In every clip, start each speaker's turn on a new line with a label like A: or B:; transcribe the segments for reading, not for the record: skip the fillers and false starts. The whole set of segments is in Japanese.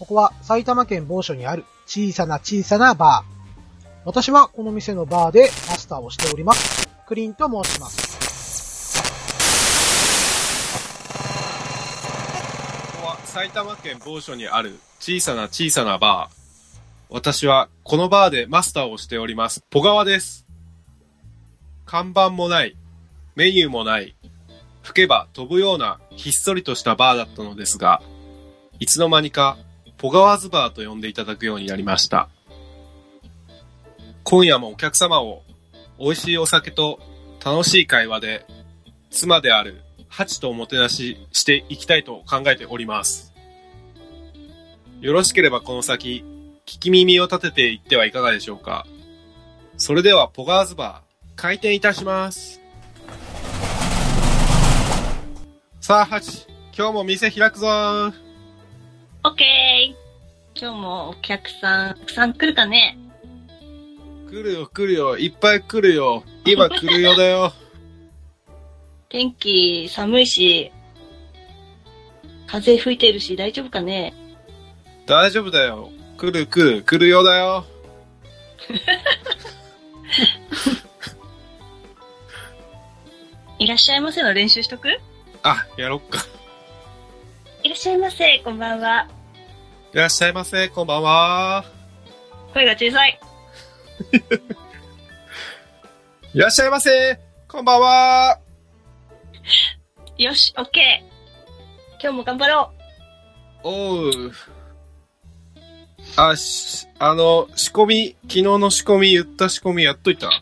A: ここは埼玉県某所にある小さな小さなバー。私はこの店のバーでマスターをしております。クリンと申します。
B: ここは埼玉県某所にある小さな小さなバー。私はこのバーでマスターをしております。ポガワです。看板もない、メニューもない、吹けば飛ぶようなひっそりとしたバーだったのですが、いつの間にかポガワズバーと呼んでいただくようになりました。今夜もお客様を美味しいお酒と楽しい会話で妻であるハチとおもてなししていきたいと考えております。よろしければこの先聞き耳を立てていってはいかがでしょうか。それではポガワズバー開店いたします。さあハチ、今日も店開くぞー。
C: オッケー。今日もお客さんたくさん来るかね。
B: 来るよ来るよ、いっぱい来るよ。今来るよだよ。
C: 天気寒いし、風吹いてるし大丈夫かね。
B: 大丈夫だよ。来るよだよ。
C: いらっしゃいませの練習しとく？
B: あ、やろっか。
C: いらっしゃいませ、こんばんは。
B: いらっしゃいませ、こんばんは。
C: 声が小さい。
B: いらっしゃいませ、こんばんは。
C: よし、オッケー。今日も頑張ろ
B: う。おう。仕込み、昨日の仕込み、言った仕込みやっといた？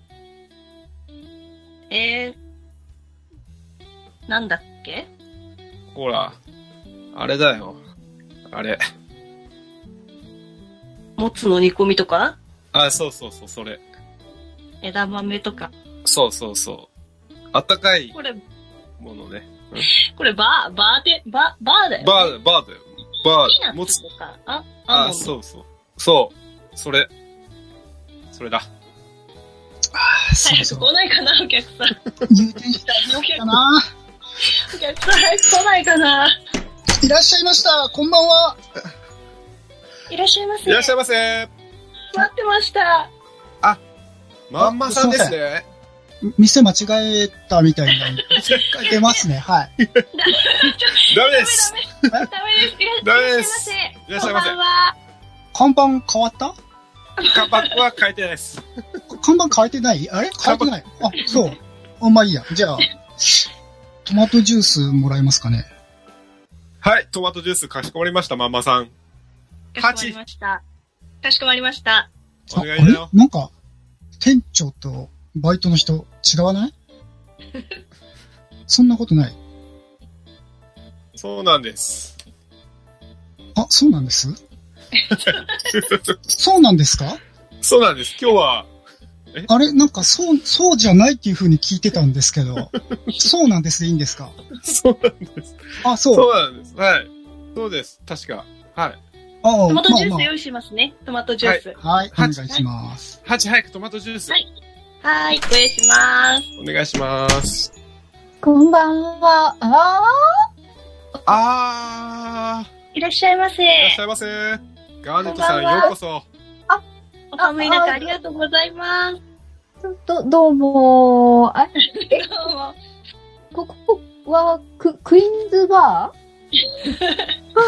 C: なんだっけ？
B: ほら、あれだよ。あれ。
C: もつの煮込みとか？
B: あ、そう、それ。
C: 枝豆とか。
B: そう。あったかい
C: これ、
B: ものね。
C: これバーだよ、ね。バーだよ。
B: バー、
C: もつとか。
B: そう。それだ。
C: 早く来ないかな、お客さん。
A: 入店してあげようかな。
C: お客さん早く来ないかな。
A: いらっしゃいました。こんばんは。
C: いらっしゃいませ。
B: いらっしゃいませ。
C: 待ってました。
B: あ、まんまさんですね。
A: 店間違えたみたいなんで。出ますね、はい。
B: ダメです。
C: ダメです。
B: いらっしゃいませ。
A: 看板変わった？
B: 看板は変えてないです。
A: 看板変えてない？あれ変えてない。あ、そう。まあいいや。じゃあ、トマトジュースもらえますかね。
B: はい、トマトジュースかしこまりました、まんまさん。
C: かしこまりました。かしこまりました。
B: お願いだよ。
A: なんか、店長とバイトの人違わない？そんなことない。
B: そうなんです。
A: あ、そうなんです？そうなんですか？
B: そうなんです。今日は、
A: あれなんかそうじゃないっていう風に聞いてたんですけど、そうなんですでいいんですか？
B: そうなんです。
A: あ、そう。
B: そうなんです。はい。そうです。確か。はい。
C: トマトジュース用意しますね。トマトジュース。
A: はい、お願いします。
B: ハチ早くトマトジュース。
C: はい、ご用意します。
B: お願いします。
D: こんばんは。
C: いらっしゃいませ。
B: いらっしゃいませ。ガーネットさん、ようこそ。
C: お寒い中ありがとうございます。
D: どうも。
C: どうも。
D: ここは、クイーンズバー？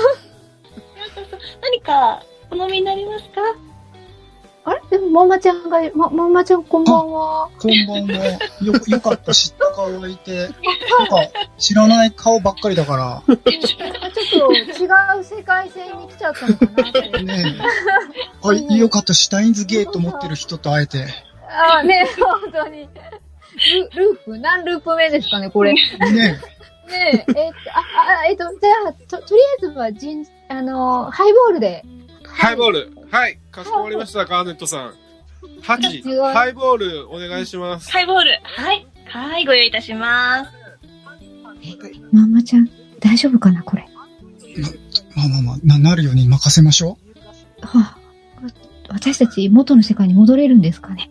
C: 何か、お飲みになりますか？
D: あれでも、まんまちゃんこんばんは。
A: こんばんは。よかった、知った顔がいて。なんか、知らない顔ばっかりだから。
D: ちょっと違う世界線に来ちゃったのかなって。
A: ねえ。よかった、シュタインズゲート持ってる人と会えて。
D: ね本当に。何ループ目ですかね、これ。
A: ね
D: え。じゃあ、とりあえずはハイボールで。
B: ハイボール。はい。かしこまりました、ガーネットさん。ハチ、ハイボール、お願いします。
C: ハイボール。はい。はい、ご用意いたします。
D: まんまちゃん、大丈夫かな、これ。
A: なるように任せましょ
D: う。はあ、私たち元の世界に戻れるんですかね。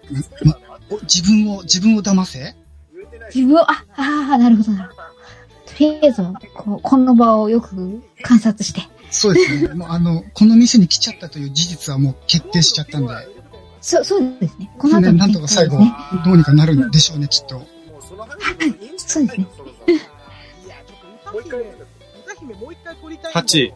A: 自分を騙せ？
D: なるほど。 りあえずはこの場をよく観察して。
E: そうですね。もうこの店に来ちゃったという事実はもう決定しちゃったんで。
D: そうですね。この後
E: ね、なんとか最後、どうにかなるんでしょうね、きっと。
D: そうですね。
A: 歌姫もう一回撮りたい。
B: 8。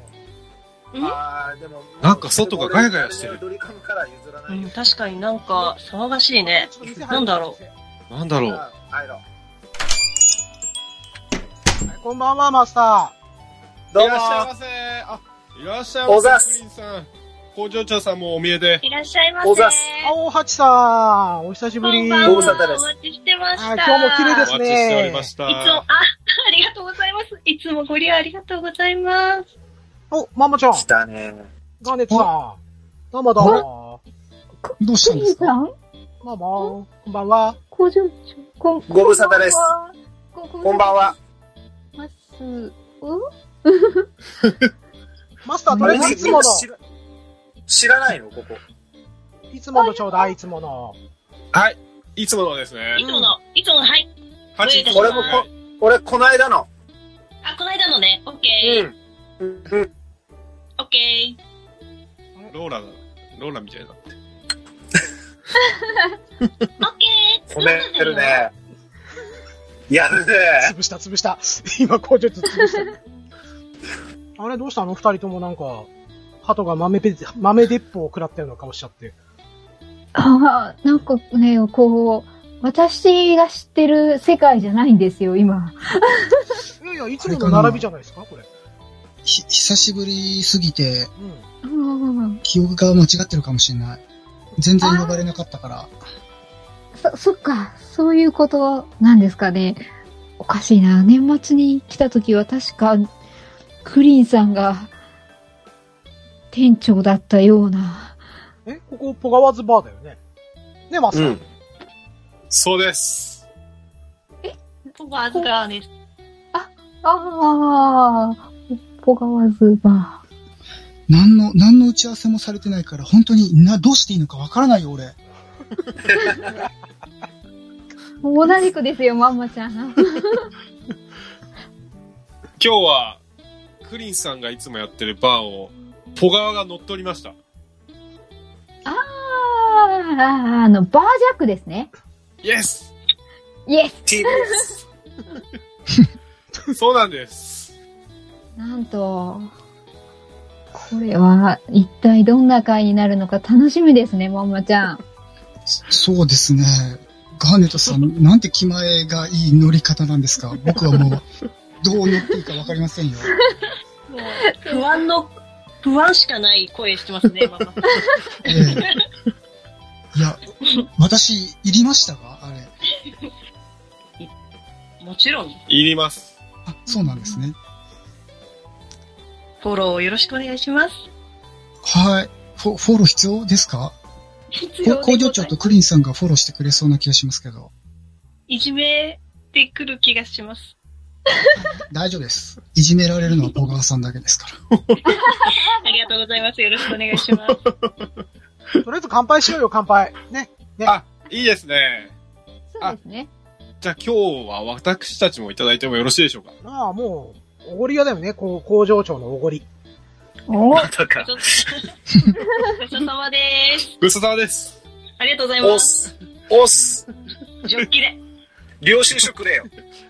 B: なんか外がガヤガヤしてる。
C: うん、確かになんか騒がしいね。なんだろ
B: う。なんだろう。
A: こんばんは、マスタ
B: ー。どうも。いらっしゃいませ。あ、いらっしゃいませ。クリンさん。工場長さんもお見えで。
C: いらっしゃいませ。
A: 大八さん、お久しぶり。
C: こんばんは。お待ちしてました。
A: 今日も綺麗ですね。
B: お待ちしておりました。
C: いつも、ありがとうございます。いつもご利用ありがとうございます。
A: お、ママちゃん。
F: 来たね。
A: ガーネットさん。どうもどうも。
E: どうしたんですか？
A: ママ、こんばんは。
D: 工場長、
F: ご無沙汰です。こんばんは。
A: マスター、とりあえずいつもの。
F: 知らないのここ。
A: いつものちょうだい、いつもの。
B: はい。いつものですね。
C: いつもの、はい。
F: 俺、この間の。
C: あ、この間のね。オッケー。オッケー。
B: ローラみたいな。
C: オッケー。
F: 褒めてるね。やるね。
A: 潰した。今、工場長潰した。あれ、どうしたの二人ともなんか、鳩が豆鉄砲を食らったような顔しちゃって。
D: なんかね、私が知ってる世界じゃないんですよ、今。
A: いや、いつもの並びじゃないですか、これ。
E: 久しぶりすぎて、記憶が間違ってるかもしれない。全然呼ばれなかったから。
D: そっか、そういうことなんですかね。おかしいな。年末に来た時は確か、クリーンさんが、店長だったような。
A: ここ、ポガワズバーだよね。ね、マスター。
B: そうです。
C: ポガワズバーです。
D: ポガワズバー。
E: 何の打ち合わせもされてないから、本当にどうしていいのかわからないよ、俺。
D: 同じくですよ、マンマちゃん。
B: 今日は、クリンさんがいつもやってるバーを、ポガワが乗っておりました。
D: バージャックですね。
B: イエスそうなんです。
D: なんと、これは一体どんな回になるのか楽しみですね、マンマちゃん。
E: そうですね。ガーネットさん、なんて気前がいい乗り方なんですか？僕はもう、どう乗っていいかわかりませんよ。
C: もう不安しかない声してますね、ママ。
E: いや、私、いりましたか？あれ。
C: もちろん。
B: いります。
E: あ、そうなんですね。
C: フォローよろしくお願いします。
E: はい。フォロー必要ですか？工場長とクリンさんがフォローしてくれそうな気がしますけど。
C: いじめてくる気がします。
E: 大丈夫です。いじめられるのは小川さんだけですから。
C: ありがとうございます。よろしくお願いします。
A: とりあえず乾杯しようよ、乾杯。ね。
B: あ、いいですね。
D: そうですね。
B: じゃあ今日は私たちもいただいてもよろしいでしょうか？
A: もう、おごり屋だよね、工場長のおごり。
C: ごちそうさまです。
B: ごちそうさまです。
C: ありがとうございます。
F: おっす。
C: ジョッキで。
F: 領収書くれよ。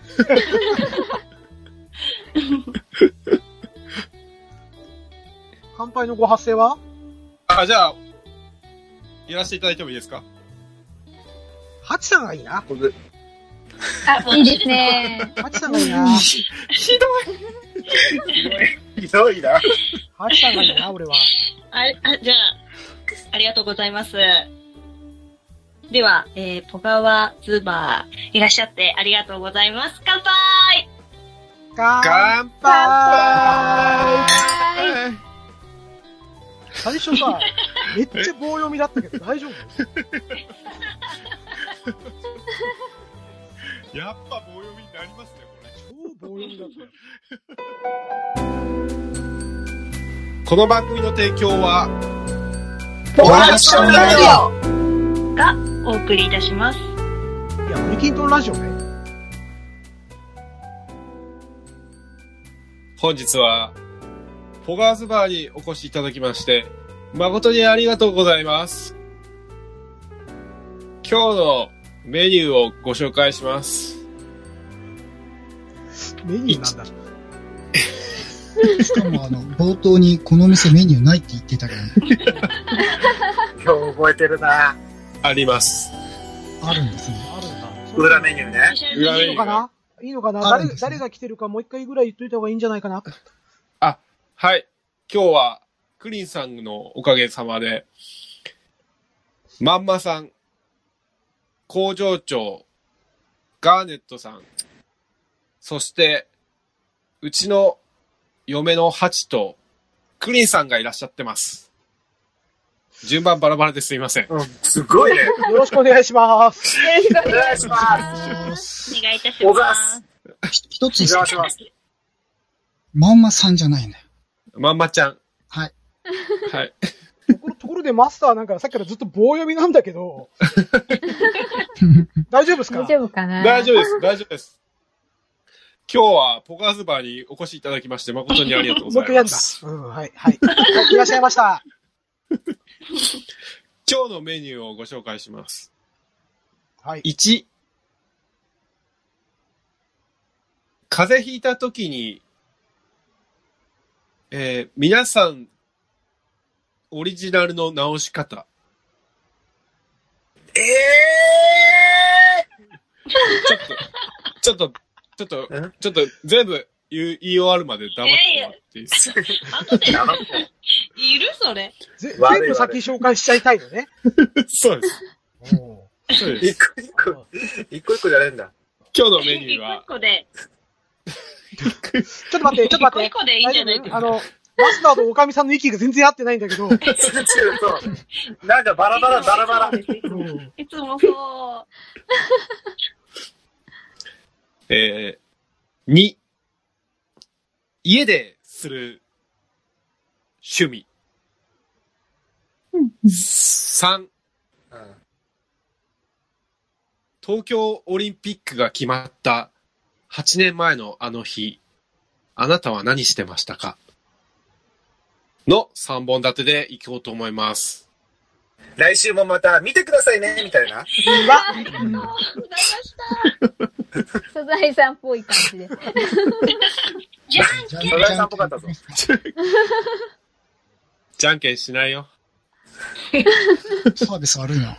A: 乾杯のご発声は？
B: じゃあ、やらせていただいてもいいですか？
A: ハチさんがいいな。
D: いいですね。
A: ハチさんがいいな。
B: ひ
F: どいな。
A: ハチさんがいいな、俺は。
C: じゃあ、ありがとうございます。では、ポガワズバーいらっしゃってありがとうございます。乾杯！
A: 乾杯！最初さ、めっちゃ棒読みだったけど大丈夫？
B: やっぱ棒読みになりますね、これ。
A: 超棒読みだった。
B: この番組の提供は、
C: ポガッションラジオがお送りいたします。
A: いや、ブリキントンラジオね。
B: 本日は、ポガーズバーにお越しいただきまして、誠にありがとうございます。今日のメニューをご紹介します。
A: メニューなんだ。
E: しかも冒頭にこの店メニューないって言ってたけどね。
F: 今日覚えてるな。
B: あります。
E: あるんですね。
A: あるんだ。
F: 裏メニューね。
B: 裏メニュー
A: いいのかないいのかな誰が来てるかもう一回ぐらい言っといた方がいいんじゃないかな。
B: あ、はい。今日は、クリンさんのおかげさまで、まんまさん、工場長、ガーネットさん、そして、うちの嫁のハチと、クリンさんがいらっしゃってます。順番バラバラですいません。
F: すごいね。
A: よろしくお願いします。
C: よろしくお
F: お願いします。
C: 願いいたし
F: おざ
C: ま
F: っす
C: す。
E: 一つ
F: お願いします。
E: まんまさんじゃないんだよ。
B: まんまちゃん。
E: はい。
B: はい。
A: ところでマスターなんかさっきからずっと棒読みなんだけど、大丈夫ですか？
D: 大丈夫かな？
B: 大丈夫です。大丈夫です。今日はポカーズバーにお越しいただきまして誠にありがとうございます。
A: もう一回やんだ。はい、はい。はい、いらっしゃいました。
B: 今日のメニューをご紹介します。
A: はい。
B: 1、風邪ひいた時に、皆さん、オリジナルの直し方。ちょっと、全部言い終わるまで黙ってもらっていいですか？
C: 後で、いるそれ。
A: 全部先紹介しちゃいたいのね。
B: そうです。
A: おー
B: そうです。
F: 一個一個じゃねえんだ。
B: 今日のメニューは
C: 一、個で。
A: ちょっと待って。
C: 一個でいいんじゃない
A: 大丈夫？マスターとおかみさんの息が全然合ってないんだけど。
F: なんかバラバラ。
A: うん
C: いつもそう。
B: 2、家でする趣味。3、東京オリンピックが決まった8年前のあの日、あなたは何してましたか？の3本立てでいこうと思います。
F: 来週もまた見てくださいね、みたいな。
C: ありがとうございました。
D: サザエさんっぽい感じで。
C: じゃ
F: サザエさんっぽかったぞ。
B: じゃんけんしないよ。
E: サービス悪いな。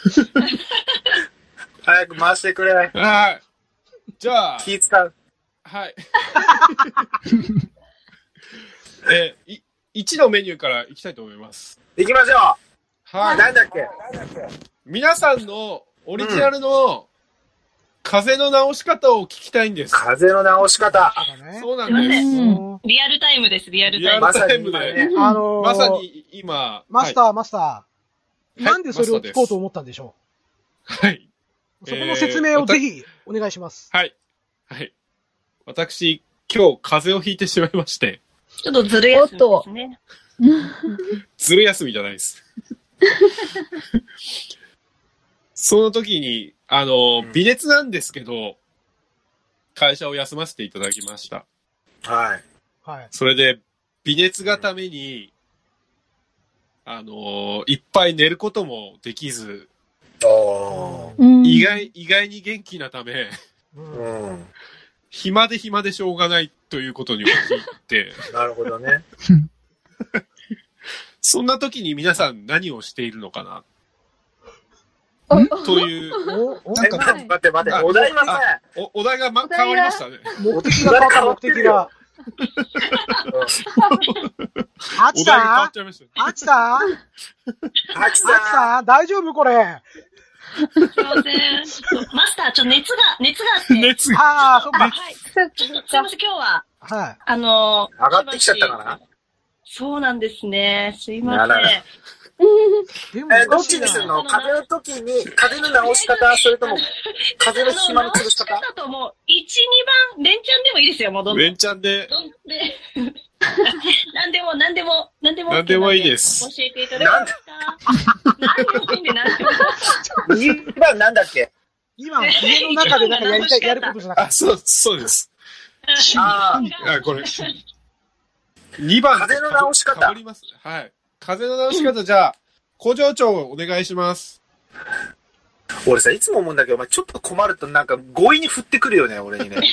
F: 早く回してくれ。
B: はい。じゃあ、
F: 気使う。
B: はい。1のメニューからいきたいと思います。
F: 行きましょう。
B: はい。
F: なんだっけ？
B: 皆さんのオリジナルの風の直し方を聞きたいんです。
F: 風の直し方。
A: そうだね。
B: そうなんです。
A: うん
C: リアルタイムです、リアルタイ
B: リア
C: ム。
B: ルタイムで。まさに今。
A: マスター、
B: い
A: なんでそれを聞こうと思ったんでしょ
B: はい。
A: う？そこの説明をぜひお願いします。
B: はい。はい。私、今日風邪をひいてしまいまして。
C: ちょっとずる休みですね。
B: ずる休みじゃないです。その時に、微熱なんですけど、会社を休ませていただきました。
F: はい。
A: はい。
B: それで、微熱がために、いっぱい寝ることもできず、
F: お
B: 意外に元気なため、
F: ー。
B: 暇でしょうがないということに陥って、
F: なるほどね。
B: そんな時に皆さん何をしているのかなという、
E: なんか、
F: 待って。お題がさ、
B: お題が変わりましたね。
A: 目的が変わった、目的が。ハチ
B: お題が変わ
A: さん
B: っちゃいましたね。
A: ハチさん
F: アキ
A: ハチ
F: さ
A: さん大丈夫これ。
C: すいません。マスター、熱があって。
B: 熱が。
A: ああ、そっか。
C: はい。ちょっと、すいません、今日は、
A: はい。
F: 上がってきちゃったかな。
C: そうなんですね。すいません。
F: あらら
A: でも
F: どっちにするの？風の時に、風の直し方、それとも、風の暇の潰し方？
C: だともう、1、2番、連チャンでもいいですよ、もうどんどん。
B: 連チャンで、
C: なんでも。
B: なんでもいいです
C: 教えていただけますか？なんでもいいんで、なんでも。
F: 2番なんだっけ？
A: 今、家の中でなんかやることじゃなくて。
B: そうです。
F: あ
B: これ、 2番。
F: 風の直し方
B: かぶります。はい。風の直し方、じゃあ、工場長お願いします。
F: 俺さ、いつも思うんだけど、お前ちょっと困るとなんか強引に振ってくるよね、俺にね。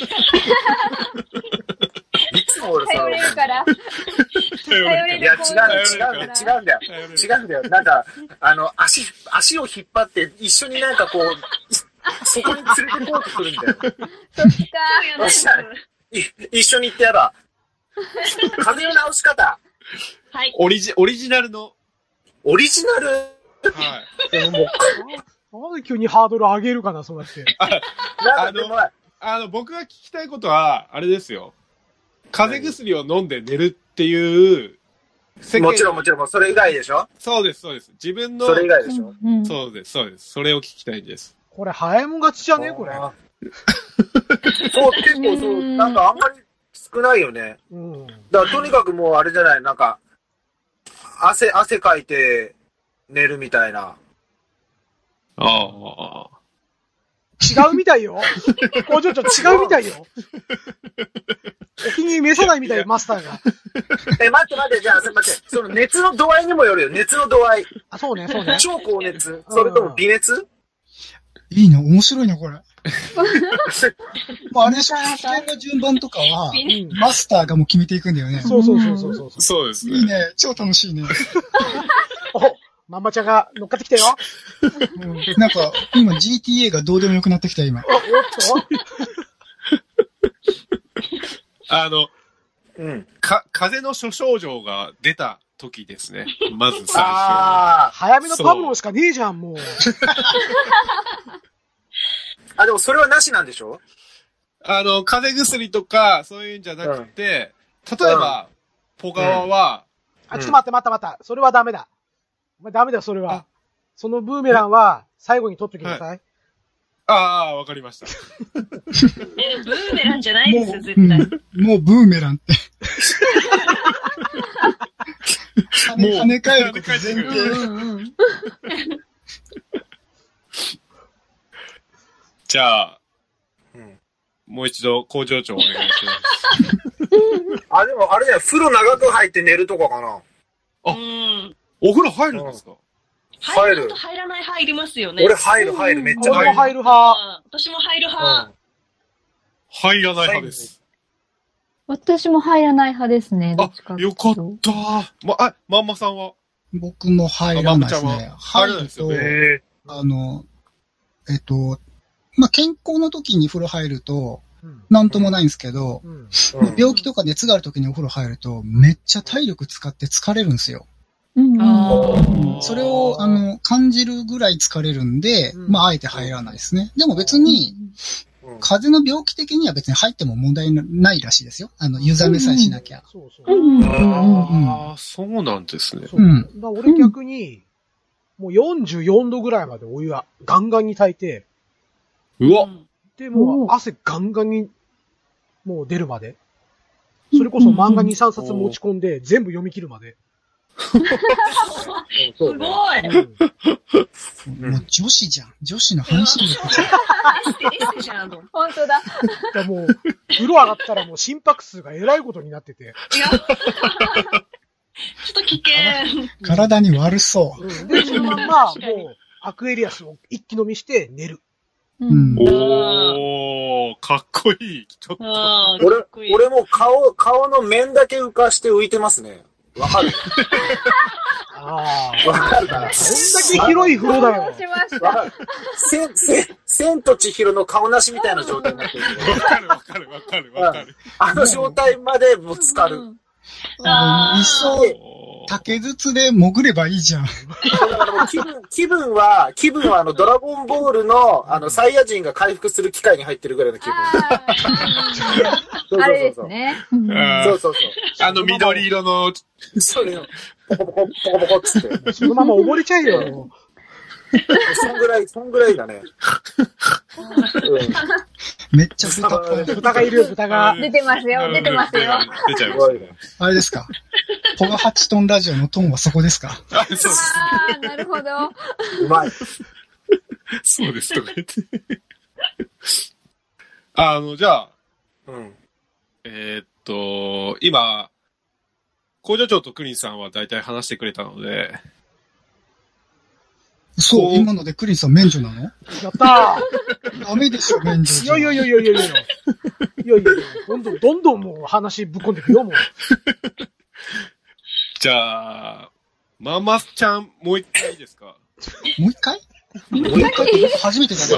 F: いつも俺さ、
D: 頼れるから。頼れ
F: いや、
D: る
F: 違うんだよ。違うんだよ。なんか、足を引っ張って一緒になんかこう、そこに連れてこうとするんだよ。
D: そっちか。
F: そしたら一緒に行ってやら。風の直し方。
C: はい。
B: オリジナルの。
F: オリジナル
B: はい。
A: もう、なんで急にハードル上げるかな、そうやって。
F: なんかでも、
B: 僕が聞きたいことは、あれですよ。風邪薬を飲んで寝るっていう、
F: もちろん、それ以外でしょ？
B: そうです。自分の、
F: それ以外でしょ？
B: そうです。それを聞きたいんです。
A: これ、早いもん勝ちじゃねこれ。
F: そう、結構そう、なんかあんまり少ないよね。
A: うん。
F: だからとにかくもうあれじゃない、なんか、汗かいて寝るみたいな。
B: ああ。
A: 違うみたいよ。工場長違うみたいよ。お気に入り召さないみたいよ、マスターが。
F: 待って、じゃあ、その熱の度合いにもよるよ、熱の度合い。
A: あ、そうね。
F: 超高熱それとも微熱
E: いいな、面白いな、これ。まあ、あれでしょ、危険な順番とかは、マスターがもう決めていくんだよね。
A: そう。
B: そうですね。
E: いいね、超楽しいね。
A: お、まんまちゃんが乗っかってきたよ。
E: なんか、今 GTA がどうでもよくなってきた、今。
A: おっと
B: 風邪の諸症状が出た時ですね。まず最初。
A: 早めのパブロンしかねえじゃん、もう。
F: でもそれはなしなんでしょ？
B: 風邪薬とか、そういうんじゃなくて、例えば、ポガワは、
A: ちょっと待って。それはダメだ。お前ダメだよ、それは。そのブーメランは、最後に取っときなさい。
B: わかりました。
C: ブーメランじゃないですよ、絶対。
E: もうブーメランって。跳ね返ること前提。
B: じゃあ、もう一度工場長お願いします。
F: でもあれだよ、風呂長く入って寝るとかかな。
B: お風呂入るんですか？
F: 入る。
C: 入らない派いりますよね。
F: 俺入る、めっちゃ
A: 俺も入る派。
C: 私も入る派。
B: 入らない派です。
D: 私も入らない派ですね。どっちか
B: よかった。まんまさんは？
E: 僕も入らないですね。
B: 入るんですよね。
E: まあ、健康の時に風呂入ると、なんともないんですけど、病気とか熱がある時にお風呂入ると、めっちゃ体力使って疲れるんですよ。それを、感じるぐらい疲れるんで、まあ、あえて入らないですね。でも別に、風邪の病気的には別に入っても問題ないらしいですよ。湯冷めさえしなきゃ。
B: そうなんですね。
A: 俺逆に、もう44度ぐらいまでお湯がガンガンに炊いて、
B: うわ
A: で、もう汗ガンガンに、もう出るまで。それこそ漫画2、3冊持ち込んで、全部読み切るまで。
C: すごい、
E: もう女子じゃん。女子の反射力じゃん。
C: エステじゃん。
D: 本当だ。
A: もう、風呂上がったらもう心拍数がえらいことになってて。
C: ちょっと危険。
E: 体に悪そう。
A: で、そのまんま、もう、アクエリアスを一気飲みして寝る。
B: かっこいい。ちょっと。
F: 俺も顔の面だけ浮かして浮いてますね。わかる？わかるかな？
A: こんだけ広い風呂だよ。
F: 千と千尋の顔なしみたいな状態になってる。
B: わかる。
F: あの状態までもう浸かる。
E: いっそ、竹筒で潜ればいいじゃん。
F: だからもう気分はドラゴンボールのサイヤ人が回復する機械に入ってるぐらいの気分。
D: あれですね。
F: そう。
B: 緑色の、
F: そうね。ポコポコっつって。
A: そのまま溺れちゃえよ。
F: そんぐらいだね。
E: めっちゃ豚っぽい。
A: 豚がいるよ、豚が。
D: 出てますよ。
B: 出ちゃいます。
E: あれですか？ポガ8トンラジオのトンはそこですか？
B: そうです。
D: なるほど。
F: うまい。
B: そうですとか言って。じゃあ、今、 工場長とクリンさんは大体話してくれたので。
E: そう、今のでクリンさん免除なの？
A: やった
E: ーダメでしょ、免除。
A: いや。どんどんもう話ぶっ込んでくよ、もう。
B: じゃあ、ママちゃん、もう一回いいですか？
E: もう一回初めてだね。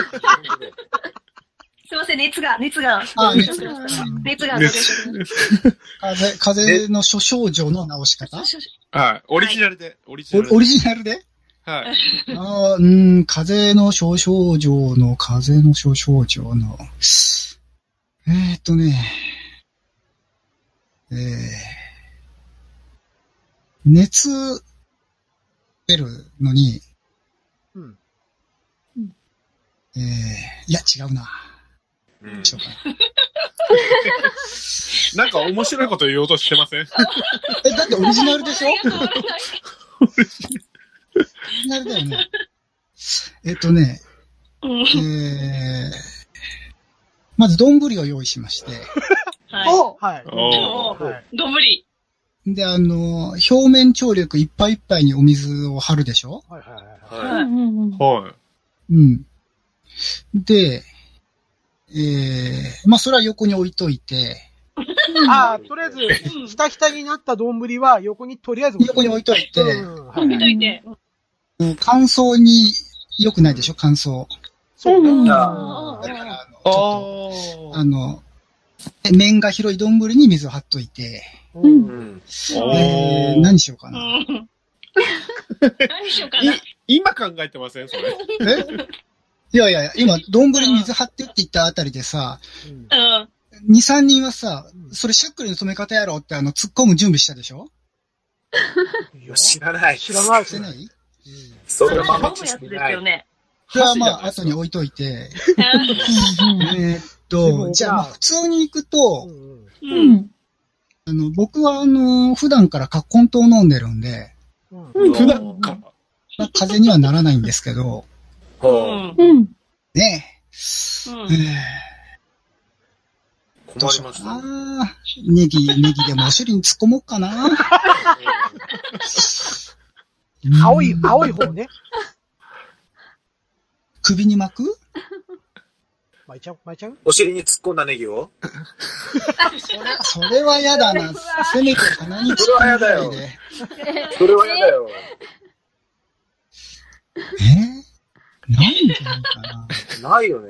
C: すいません、熱が。熱が
E: 風邪の諸症状の治し方？
B: はい。オリジナルで。
E: オリジナルで？
B: はい。
E: 風邪の諸症状の。熱出るのに、いや、違うな。しょうか
B: なんか面白いこと言おうとしてません？
E: だってオリジナルでしょ？オリジナルだよね。まず、丼を用意しまして。
C: はい。丼。
E: で、表面張力いっぱいいっぱいにお水を張るでしょ？
B: はい。
E: で、それは横に置いといて。
A: とりあえず、ひたひたになった丼は横にとりあえず
E: 横に置いといて。
C: 置いといて。
E: 乾燥に良くないでしょ？乾燥。
A: そうね。
E: だから、ちょっと、面が広い丼に水を張っといて。何しようかな。
B: 今考えてません？それ。
E: いや、今、丼に水張ってって言ったあたりでさ、2、3人はさ、それしゃっくりの止め方やろって突っ込む準備したでしょ？
F: 知らない。
E: してない？
F: それは
C: 飲むやつですよね。
E: それは後に置いといて。じゃあ普通に行くと、僕は普段から葛根湯飲んでるんで、
B: 普段から
E: 風邪にはならないんですけど、ね
F: 困りますね。
E: ネギでもお尻に突っ込もうかな。
A: 青い方ね。
E: 首に巻く？
A: 巻いちゃう？
F: お尻に突っ込んだネギを？
E: それは嫌だな。せめて鼻に突っ込んだよ。
F: それは嫌だよ。
E: ないんじゃないかな。
F: ないよね。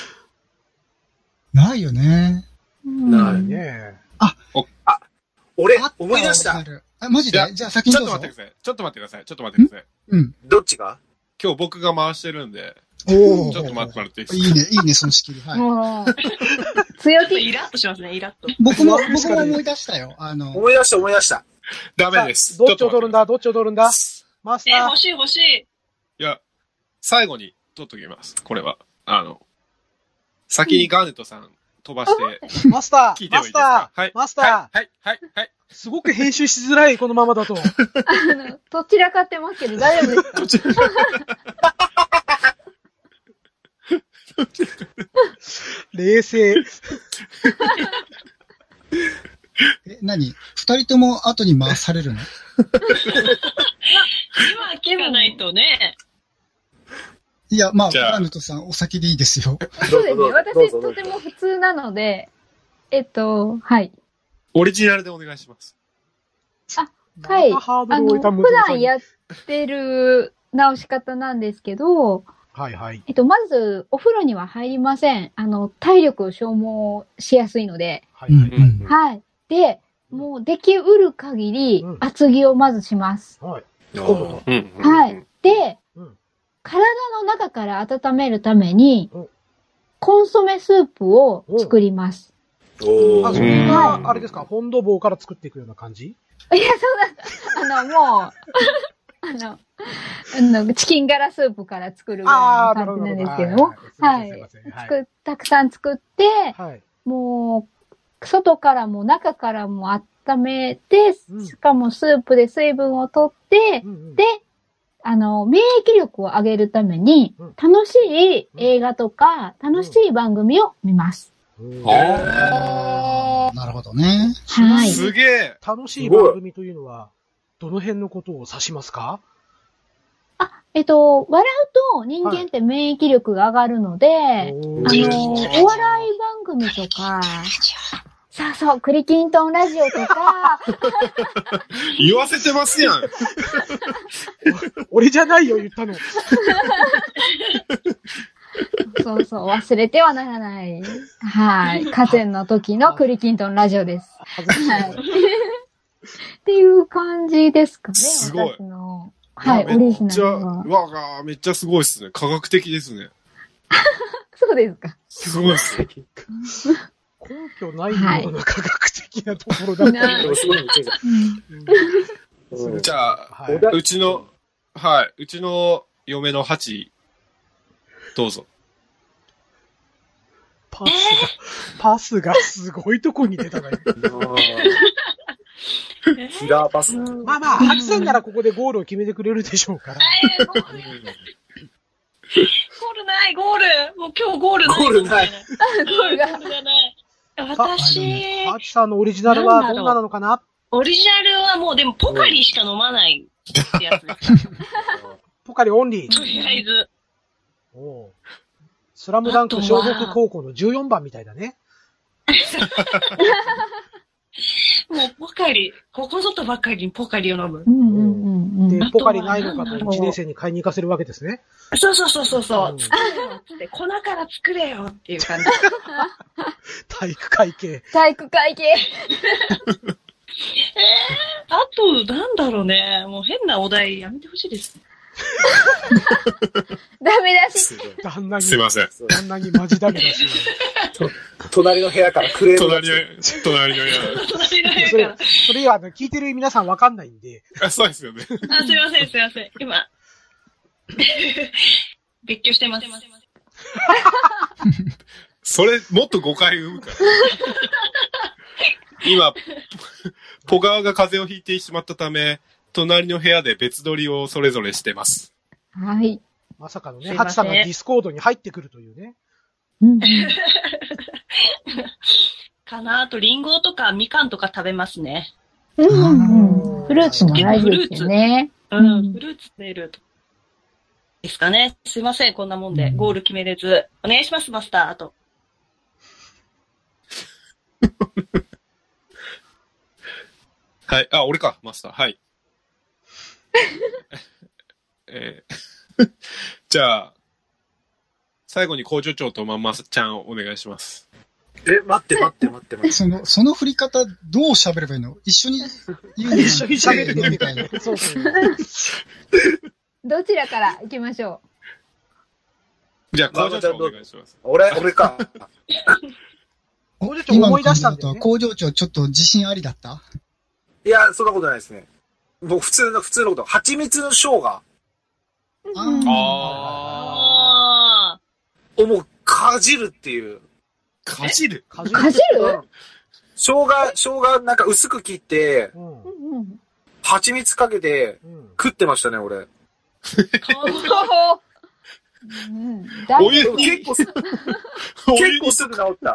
E: ないよね。
F: ない
A: ね。
F: 俺、思い出した。
E: マジで？じゃあ先にどうぞ。
B: ちょっと待ってください。
F: どっちが？
B: 今日僕が回してるんで。ちょっと待ってもらっていいですか？
E: いいね、その仕切り。はい。
C: 強気。イラッとしますね、イラッと。
E: 僕も思い出したよ。
F: 思い出した。
B: ダメです。
A: どっちを取るんだマスター。
C: 欲しい。
B: いや、最後に取っときます。これは。先にガーネットさん飛ばして。
A: マスター
B: 聞いてもいいですか？はい。
A: マスター。
B: はい。
A: すごく編集しづらい、このままだと。
D: どちらかってますけど、大丈夫ですか？
A: 冷静。
E: 何？二人とも後に回されるの？
C: 今聞かないとね。
E: いや、ガーネットさんお先でいいですよ。
D: そうですね。私とても普通なので、はい。
B: オリジナルでお願いします。
D: はい。普段やってる直し方なんですけど、
A: はいはい。
D: まず、お風呂には入りません。体力を消耗しやすいので。
A: はい。
D: はい。で、もうできうる限り、厚着をまずします。
A: はい。
D: はい。で、体の中から温めるために、コンソメスープを作ります。
A: それが、あれですか、フォンドボーから作っていくような感じ？
D: いや、そうだ。もう、チキンガラスープから作るぐらいの感じなんですけども、はい。たくさん作って、もう、外からも中からも温めて、しかもスープで水分を取って、で、免疫力を上げるために、楽しい映画とか、楽しい番組を見ます。
E: なるほどね。
D: はい。
B: すげえ。
A: 楽しい番組というのは、どの辺のことを指しますか？
D: 笑うと人間って免疫力が上がるので、お笑い番組とか、そう、クリキントンラジオとか。
B: 言わせてますやん。
A: 俺じゃないよ、言ったの。
D: そう、忘れてはならない。はい。河川の時のクリキントンラジオです。はい。っていう感じですかね。
B: すごい。
D: 私のはい、オリジナル
B: は。めっちゃすごいっすね。科学的ですね。
D: そうですか。
B: すごいっす。
A: 根拠ないような科学的なところだったけど、すごいめっち
B: ゃじゃあ、うちの嫁の8、どうぞ。
A: パスがすごいとこに出たな。
F: キラーパス。
A: まあ、8戦ならここでゴールを決めてくれるでしょうから。
C: ゴールない、ゴール。もう今日ゴールない。
F: ゴールない。
C: ゴールがない。私、
A: ハチさんのオリジナルはどんなのかな？
C: オリジナルはもうでもポカリしか飲まないってやつです。
A: ポカリオンリー。
C: とりあえず。
A: スラムダンク湘北高校の14番みたいだね。
C: もうポカリ、ここぞとばかりにポカリを飲む。
A: で、ポカリないのかと1年生に買いに行かせるわけですね。
C: そう。作れよって、粉から作れよっていう感じ。
A: 体育会系。
C: あと、なんだろうね。もう変なお題やめてほしいです。
D: ダメだし。
B: すいません。
A: 旦那にマジダメだし。
F: 隣の部屋からクレームが。
B: 隣の部屋。
A: それは聞いてる皆さんわかんないんで。
B: そうですよね。
C: すいません。今、別居してます。
B: それ、もっと誤解生むから。今、ポガワが風邪をひいてしまったため、隣の部屋で別撮りをそれぞれしてます。
D: はい。
A: まさかのね、ハチさんがディスコードに入ってくるというね。
C: かなあと、リンゴとかみかんとか食べますね。
D: フルーツも大事ですよね。
C: フルーツ出ると。ですかね。すいません、こんなもんで。ゴール決めれず。お願いします、マスター。あと。
B: はい。俺か、マスター。はい。じゃあ、最後に工場長とママちゃんお願いします。
F: 待って。
E: その振り方、どう喋ればいいの？一緒に言うの？
A: 一緒に喋ってみたいな。そう。
D: どちらから行きましょ
B: う？じゃあ、工場長お願いします。
F: 俺か。
A: 工場長思い出したんだよね。
E: 工場長ちょっと自信ありだった？
F: いや、そんなことないですね。もう普通のこと。蜂蜜の生姜。もう、かじるっていう。
B: かじる？
D: かじる？
F: 生姜なんか薄く切って、蜂蜜かけて、食ってましたね、俺。
B: お湯に
F: 結構すぐ治った。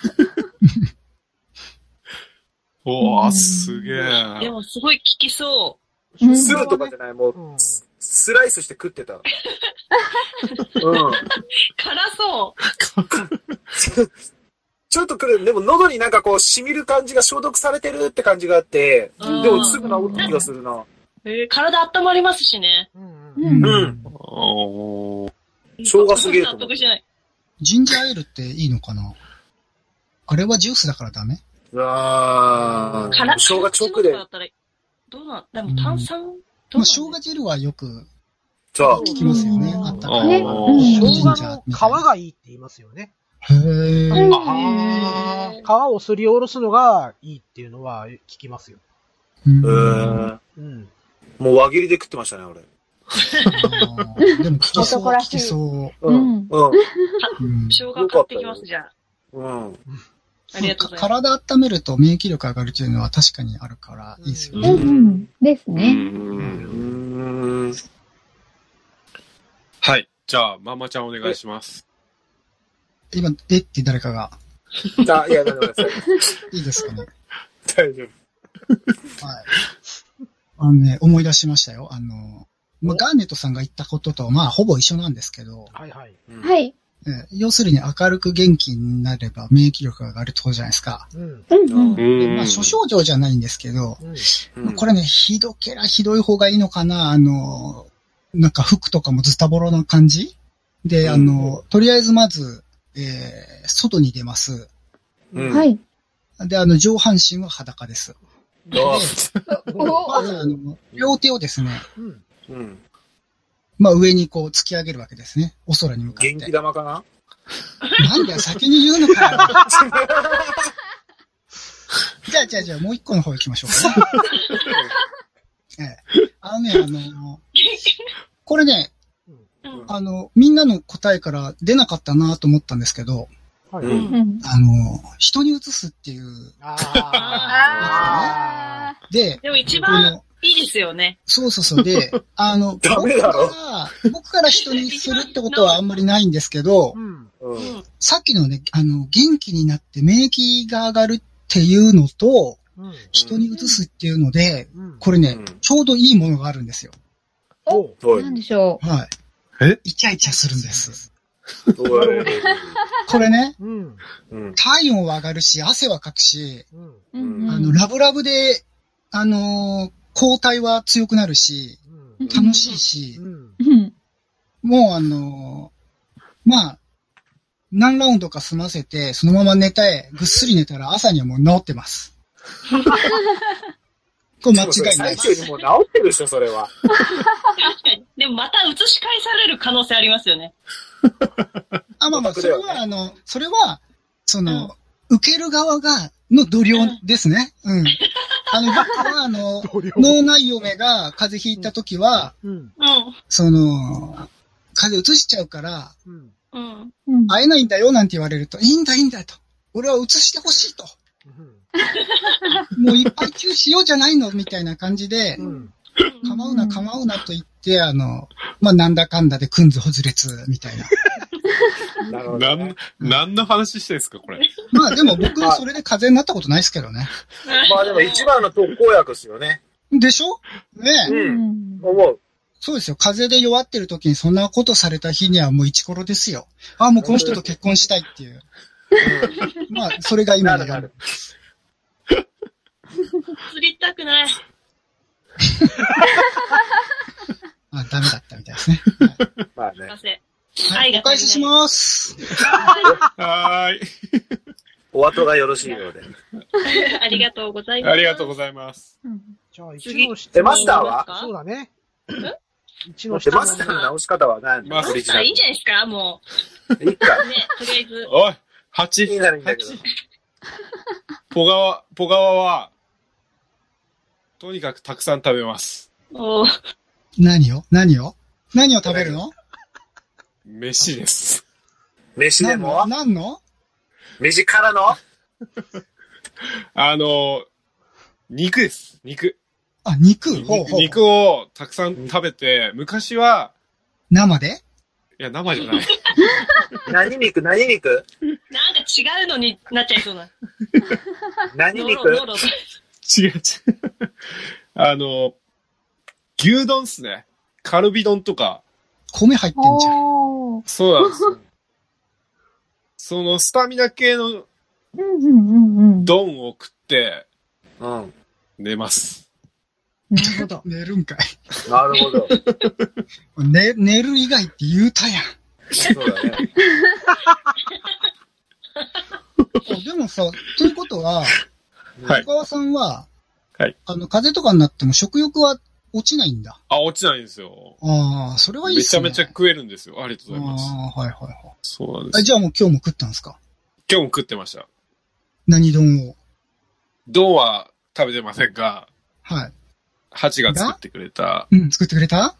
B: すげえ。
C: でもすごい効きそう。
F: するとかじゃない、もう、スライスして食ってた。
C: 辛そう。
F: ちょっとでも喉になんかこう染みる感じが消毒されてるって感じがあって、でもすぐ治る気がするな。
C: 体温まりますしね。
F: 生姜すげえと思う。
E: ジンジャーエールっていいのかな？あれはジュースだからダメ？
F: 生姜直で。
C: どうなんでも炭酸
E: 生姜汁はよく効きますよね。あったかい。
A: 生姜の皮がいいって言いますよね。
E: へ
A: 皮をすりおろすのがいいっていうのは聞きますよ。
F: もう輪切りで食ってましたね、俺。
E: でも効きそう。
C: 生姜買ってきます、じゃあ。ありがとうございます。
E: 体温めると免疫力上がるっていうのは確かにあるからいいですよね。
D: ですね。
B: はい。じゃあ、ママちゃんお願いします。
E: 今、って誰かが。
F: あ、いや、ごめんなさい。
E: いいですかね。
F: 大丈夫。
E: はい。思い出しましたよ。ガーネットさんが言ったことと、ほぼ一緒なんですけど。
A: はいはい。
D: はい。
E: 要するに明るく元気になれば免疫力が上がるってことじゃないですか。諸症状じゃないんですけど、これね、ひどけらひどい方がいいのかな。なんか服とかもズタボロな感じで、とりあえずまず、外に出ます。
D: はい。
E: で、上半身は裸です。で、まず、両手をですね、上にこう突き上げるわけですね。お空に向かって。
F: 元気玉かな？
E: なんだよ、先に言うのかよ。じゃあ、もう一個の方行きましょうかね。これね、みんなの答えから出なかったなと思ったんですけど、人に移すっていう。で、
C: でも一番いいですよね。
E: そう。で、僕から人にするってことはあんまりないんですけど、さっきのね、元気になって免疫が上がるっていうのと、人に移すっていうので、これね、ちょうどいいものがあるんですよ。
D: なんでしょ
E: う。はい。イチャイチャするんです。これね、体温は上がるし、汗はかくし、ラブラブで、抗体は強くなるし、楽しいし、もう何ラウンドか済ませて、そのままぐっすり寝たら朝にはもう治ってます。これ間違いないです。
F: 最初にもう治ってるでしょ、それは。
C: 確かに。でもまた移し返される可能性ありますよね。
E: それは、受ける側の度量ですね。僕は、脳内嫁が風邪ひいたときは、風邪移しちゃうから、会えないんだよなんて言われると、いいんだと。俺は移してほしいと。もういっぱいチューしようじゃないのみたいな感じで、構うなと言って、なんだかんだでくんずほずれつ、みたいな。
B: 何の話してんすか、これ。
E: でも僕、それで風邪になったことないですけどね。
F: でも一番の特効薬ですよね。
E: でしょねえ。
F: 思う。
E: そうですよ。風邪で弱ってる時にそんなことされた日にはもうイチコロですよ。もうこの人と結婚したいっていう。それが今のやる。
C: 釣りたくない。
E: ダメだったみたいですね。
C: はい。
E: お返しします。
B: はーい。
F: お後がよろしいようで。
C: ありがとうございます。
B: ありがとうございます。
A: じゃあ、一の質問。
F: マスターは？
A: そうだね。
F: 一の質問。マスターの直し方は何？
C: マスターいいんじゃないですか、も
F: う。いいか。
C: ね、とりあえず。
B: おい、8。ポガワは、とにかくたくさん食べます。
E: 何を食べるの？
B: 飯です。
F: 飯でも？
E: 何の？
F: 飯からの？
B: 肉です。肉。
E: 肉？
B: 肉をたくさん食べて、昔は、
E: 生で？
B: いや、生じゃない。
F: 何肉？
C: なんか違うのになっちゃいそうな。
F: 何肉？
B: 違う。牛丼っすね。カルビ丼とか。
E: 米入ってんじゃん。
B: そうなんです。スタミナ系の丼を食って、寝ます。
E: なるほど。寝るんかい。
F: なるほど。
E: 寝る以外って言うたやん。
F: そうだね。
E: でもさ、ということは、小川さんは、
B: はい。
E: 風邪とかになっても食欲は落ちないんだ。
B: 落ちないんですよ。
E: それはいいっすね。
B: めちゃめちゃ食えるんですよ。ありがとうございます。
E: はい。
B: そうなんです。
E: じゃあもう今日も食ったんですか？
B: 今日も食ってました。
E: 何丼を？
B: 丼は食べてませんが、
E: はい。
B: ハチが作ってくれた。
E: 作ってくれた？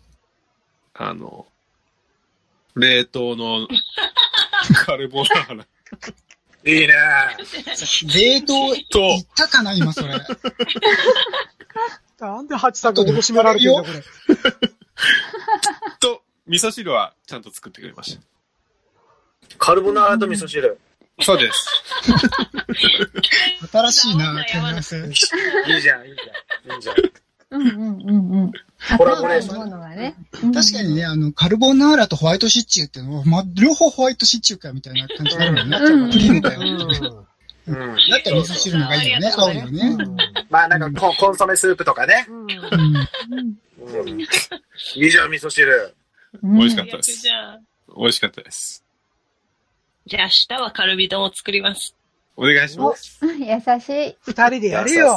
B: 冷凍のカルボナーラ。
F: いいね。
E: 冷凍いったかな今それ。
A: なんでハチさんが貶められてるんだこれ。
B: と、味噌汁はちゃんと作ってくれました。
F: カルボナーラと味噌汁。
B: そうです。
E: 新しいな、組み合わせ。
F: いいじゃん。
E: コラボレーション。確かにね、カルボナーラとホワイトシチューっていうのは、両方ホワイトシチューかみたいな感じになるもんね。クリームだよ。だったら味噌汁のがいいよね。合うよね。
F: まあなんかコンソメスープとかね。いいじゃん、味噌汁。
B: 美味しかったです。美味しかったです。
C: じゃあ明日はカルビ丼を作ります。
B: お願いします。
D: 優しい。
A: 二人でやるよ。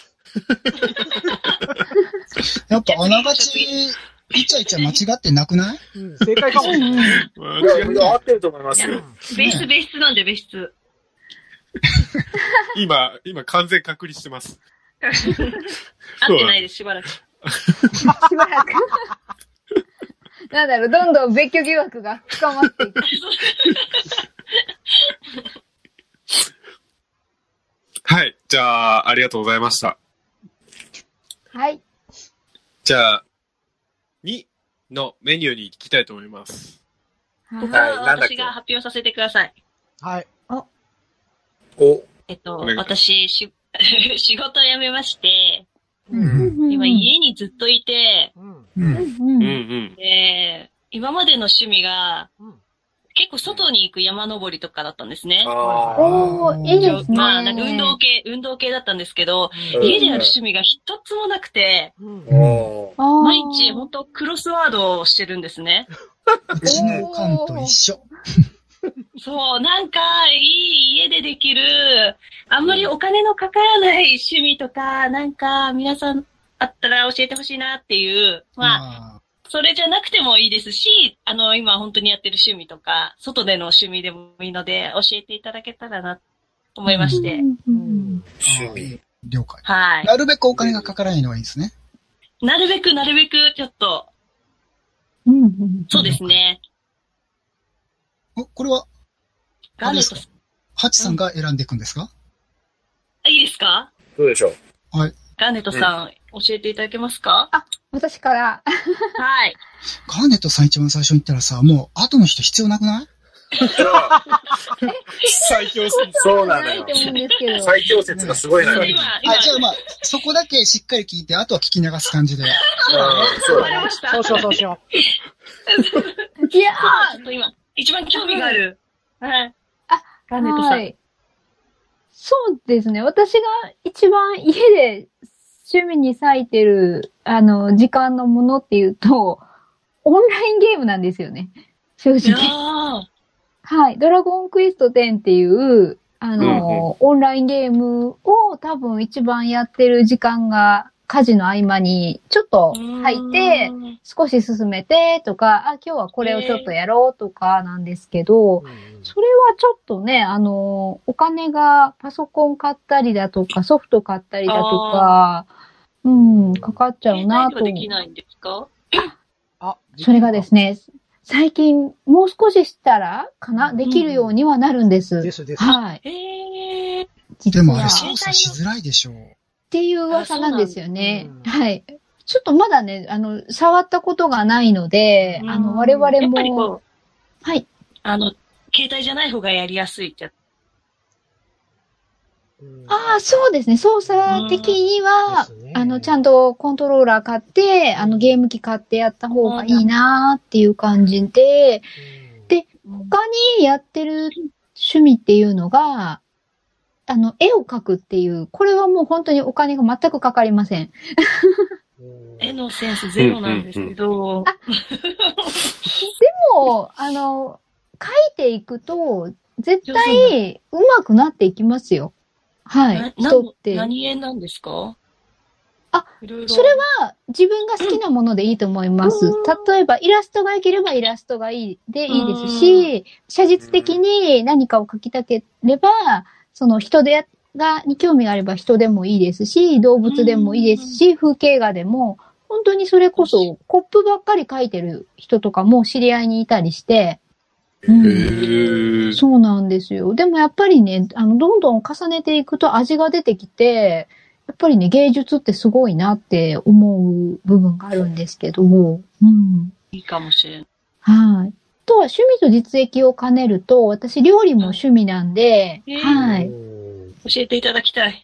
E: やっぱあながち、イチャイチャ間違ってなくない？
A: 正解かもしれない。
F: いや、合ってると思いますよ。
C: 別室なんで別室。
B: 今完全隔離してます。
C: 合ってないです、しばらく。
D: しばらく。なんだろう、どんどん別居疑惑が深まっていく。
B: はい。じゃあ、ありがとうございました。
D: はい。
B: じゃあ、2のメニューに行きたいと思います。
C: ここは私が発表させてください。
A: はい。
C: 私、仕事辞めまして、今家にずっといて、今までの趣味が、結構外に行く山登りとかだったんですね。
D: いいですね。
C: まあ、なんか運動系だったんですけど、家でやる趣味が一つもなくて、毎日本当クロスワードをしてるんですね。
E: うちの缶と一緒。
C: そう、なんか、いい家でできる、あんまりお金のかからない趣味とか、なんか、皆さんあったら教えてほしいなっていう、まあ、それじゃなくてもいいですし、今本当にやってる趣味とか、外での趣味でもいいので、教えていただけたらな、と思いまして。
F: 趣味。
E: 了解。
C: はい。
E: なるべくお金がかからないのがいいですね。
C: なるべく、ちょっと。そうですね。
E: これは、
C: ガーネットさん。
E: ハチさんが選んでいくんですか？
C: いいですか？
F: どうでしょ
E: う？はい。
C: ガーネットさん、教えていただけますか？
D: 私から。
C: はい。
E: ガーネットさん一番最初に言ったらさ、もう後の人必要なくない？
B: 最強説。
F: そうなのよ。最強説がすごいのよ。
E: じゃあまあ、そこだけしっかり聞いて、あとは聞き流す感じで。
C: わかりました。
A: そうしよ
C: う。いやー、今、一番興味がある。はい。ガーネットさん。
D: そうですね。私が一番家で趣味に割いてる、時間のものっていうと、オンラインゲームなんですよね。正直。はい。ドラゴンクエスト10っていう、オンラインゲームを多分一番やってる時間が、家事の合間にちょっと入って、少し進めてとか、今日はこれをちょっとやろうとかなんですけど、それはちょっとね、お金がパソコン買ったりだとか、ソフト買ったりだとか、かかっちゃうなと。
C: できないんですか？
D: それがですね、最近、もう少ししたらできるようにはなるんです。はい。
E: でもあれ操作しづらいでしょう。
D: っていう噂なんですよね。はい。ちょっとまだね、触ったことがないので、我々も。
C: やっぱりこう、
D: はい。
C: 携帯じゃない方がやりやすいって。
D: そうですね。操作的には、ちゃんとコントローラー買って、ゲーム機買ってやった方がいいなーっていう感じで、で、他にやってる趣味っていうのが、絵を描くっていう、これはもう本当にお金が全くかかりません。
C: 絵のセンスゼロなんですけど。で
D: も、描いていくと、絶対上手くなっていきますよ。はい。人って。
C: 何絵なんですか？
D: それは自分が好きなものでいいと思います。例えばイラストが良ければイラストがいいですし、写実的に何かを描きたければ、その人に興味があれば人でもいいですし、動物でもいいですし、風景画でも、本当にそれこそコップばっかり描いてる人とかも知り合いにいたりして、そうなんですよ。でもやっぱりね、どんどん重ねていくと味が出てきて、やっぱりね、芸術ってすごいなって思う部分があるんですけども、
C: いいかもしれない。
D: はい。 とは趣味と実益を兼ねると、私料理も趣味なんで、はい。
C: 教えていただきたい。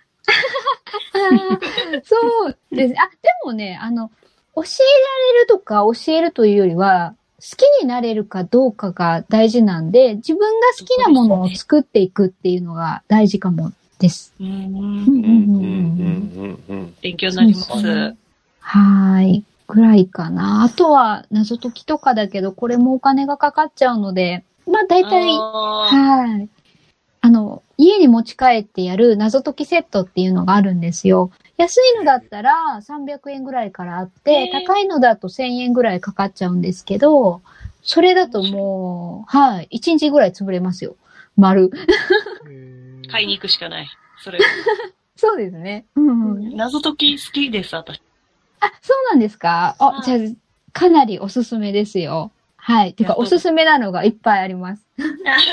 D: そうです。でもね、教えられるとか教えるというよりは、好きになれるかどうかが大事なんで、自分が好きなものを作っていくっていうのが大事かもです。
C: 勉強になります。
D: はい。ぐらいかな。あとは謎解きとかだけど、これもお金がかかっちゃうので、まあ大体、はい。家に持ち帰ってやる謎解きセットっていうのがあるんですよ。安いのだったら300円ぐらいからあって、高いのだと1000円ぐらいかかっちゃうんですけど、それだともう、はい、1日ぐらい潰れますよ。丸。
C: 買いに行くしかない。それ。
D: そうですね。
C: 謎解き好きです、私。
D: そうなんですか？じゃあ、かなりおすすめですよ。はい。てか、おすすめなのがいっぱいあります。
C: あ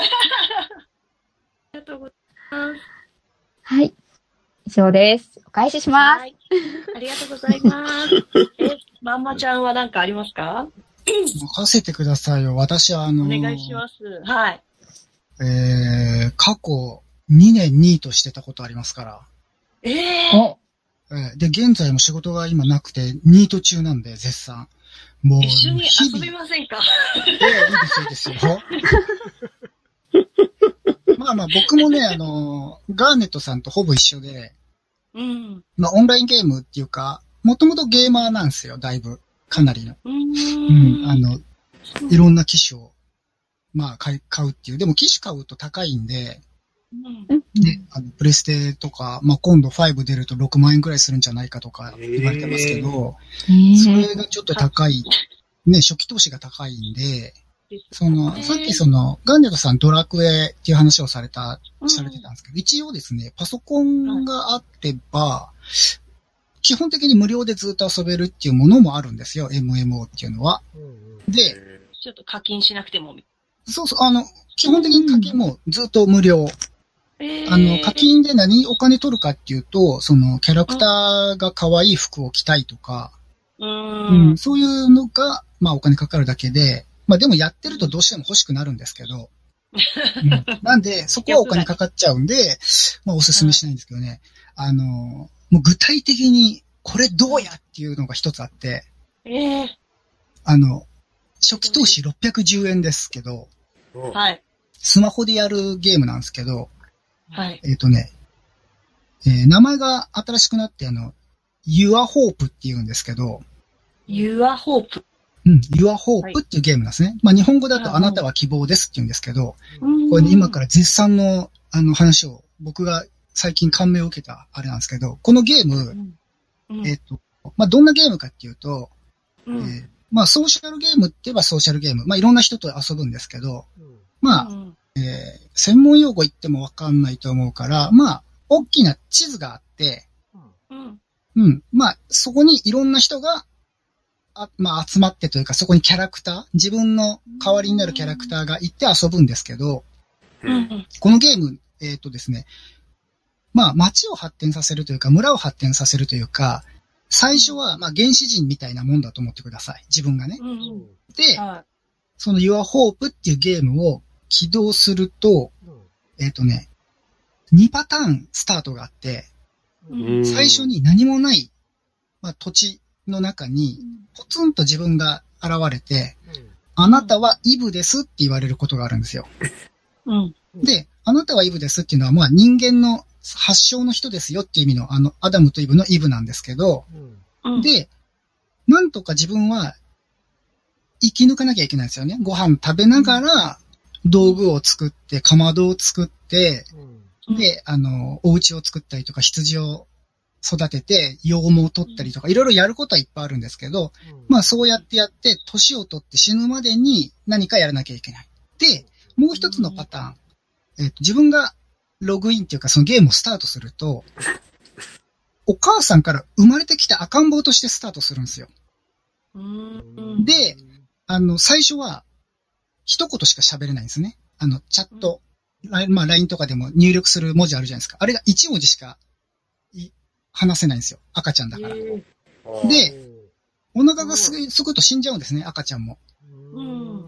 C: りがとうございます。
D: はい。以上です。お返しします。はい。
C: ありがとうございます。まんまちゃんは何かありますか？
E: 任せてくださいよ。私はお
C: 願いします。はい。
E: 過去2年ニートしてたことありますから。で、現在も仕事が今なくて、ニート中なんで、絶賛。もう、
C: 一緒に遊びませんか？
E: いいですよ。まあ僕もね、ガーネットさんとほぼ一緒で、オンラインゲームっていうか、もともとゲーマーなんですよ、だいぶ。かなりの。いろんな機種を、買うっていう。でも機種買うと高いんで、で、プレステとか、今度5出ると6万円くらいするんじゃないかとか言われてますけど、それがちょっと高い、ね、初期投資が高いんで、さっきガンネットさんドラクエっていう話をされてたんですけど、一応ですね、パソコンがあってば、基本的に無料でずっと遊べるっていうものもあるんですよ、MMO っていうのは。で、
C: ちょっと課金しなくても。
E: そう、基本的に課金もずっと無料。課金で何お金取るかっていうと、キャラクターが可愛い服を着たいとか、そういうのが、お金かかるだけで、でもやってるとどうしても欲しくなるんですけど、なんで、そこはお金かかっちゃうんで、おすすめしないんですけどね。もう具体的に、これどうやっていうのが一つあって、初期投資610円ですけど、
C: はい。
E: スマホでやるゲームなんですけど、
C: はい。
E: 名前が新しくなってYour Hope って言うんですけど、
C: Your Hope？
E: Your Hope っていうゲームなんですね。日本語だとあなたは希望ですって言うんですけど、これね、今から絶賛の話を僕が最近感銘を受けたあれなんですけど、このゲーム、どんなゲームかっていうと、ソーシャルゲームって言えばソーシャルゲーム。いろんな人と遊ぶんですけど、専門用語言ってもわかんないと思うから、大きな地図があって、そこにいろんな人が、集まってというか、そこにキャラクター、自分の代わりになるキャラクターがいて遊ぶんですけど、このゲーム、ですね、街を発展させるというか、村を発展させるというか、最初は、原始人みたいなもんだと思ってください。自分がね。で、その Your Hope っていうゲームを起動すると、2パターンスタートがあって、最初に何もない、土地の中に、ポツンと自分が現れて、あなたはイブですって言われることがあるんですよ。で、あなたはイブですっていうのは、人間の発祥の人ですよっていう意味の、アダムとイブのイブなんですけど、で、なんとか自分は生き抜かなきゃいけないんですよね。ご飯食べながら、道具を作って、かまどを作って、で、お家を作ったりとか、羊を育てて、羊毛を取ったりとか、いろいろやることはいっぱいあるんですけど、そうやって、年を取って死ぬまでに何かやらなきゃいけない。で、もう一つのパターン、自分がログインっていうか、そのゲームをスタートすると、お母さんから生まれてきた赤ん坊としてスタートするんですよ。で、最初は、一言しか喋れないんですね。チャット、LINE とかでも入力する文字あるじゃないですか。あれが1文字しか話せないんですよ。赤ちゃんだから。で、お腹がすぐと死んじゃうんですね、赤ちゃんも。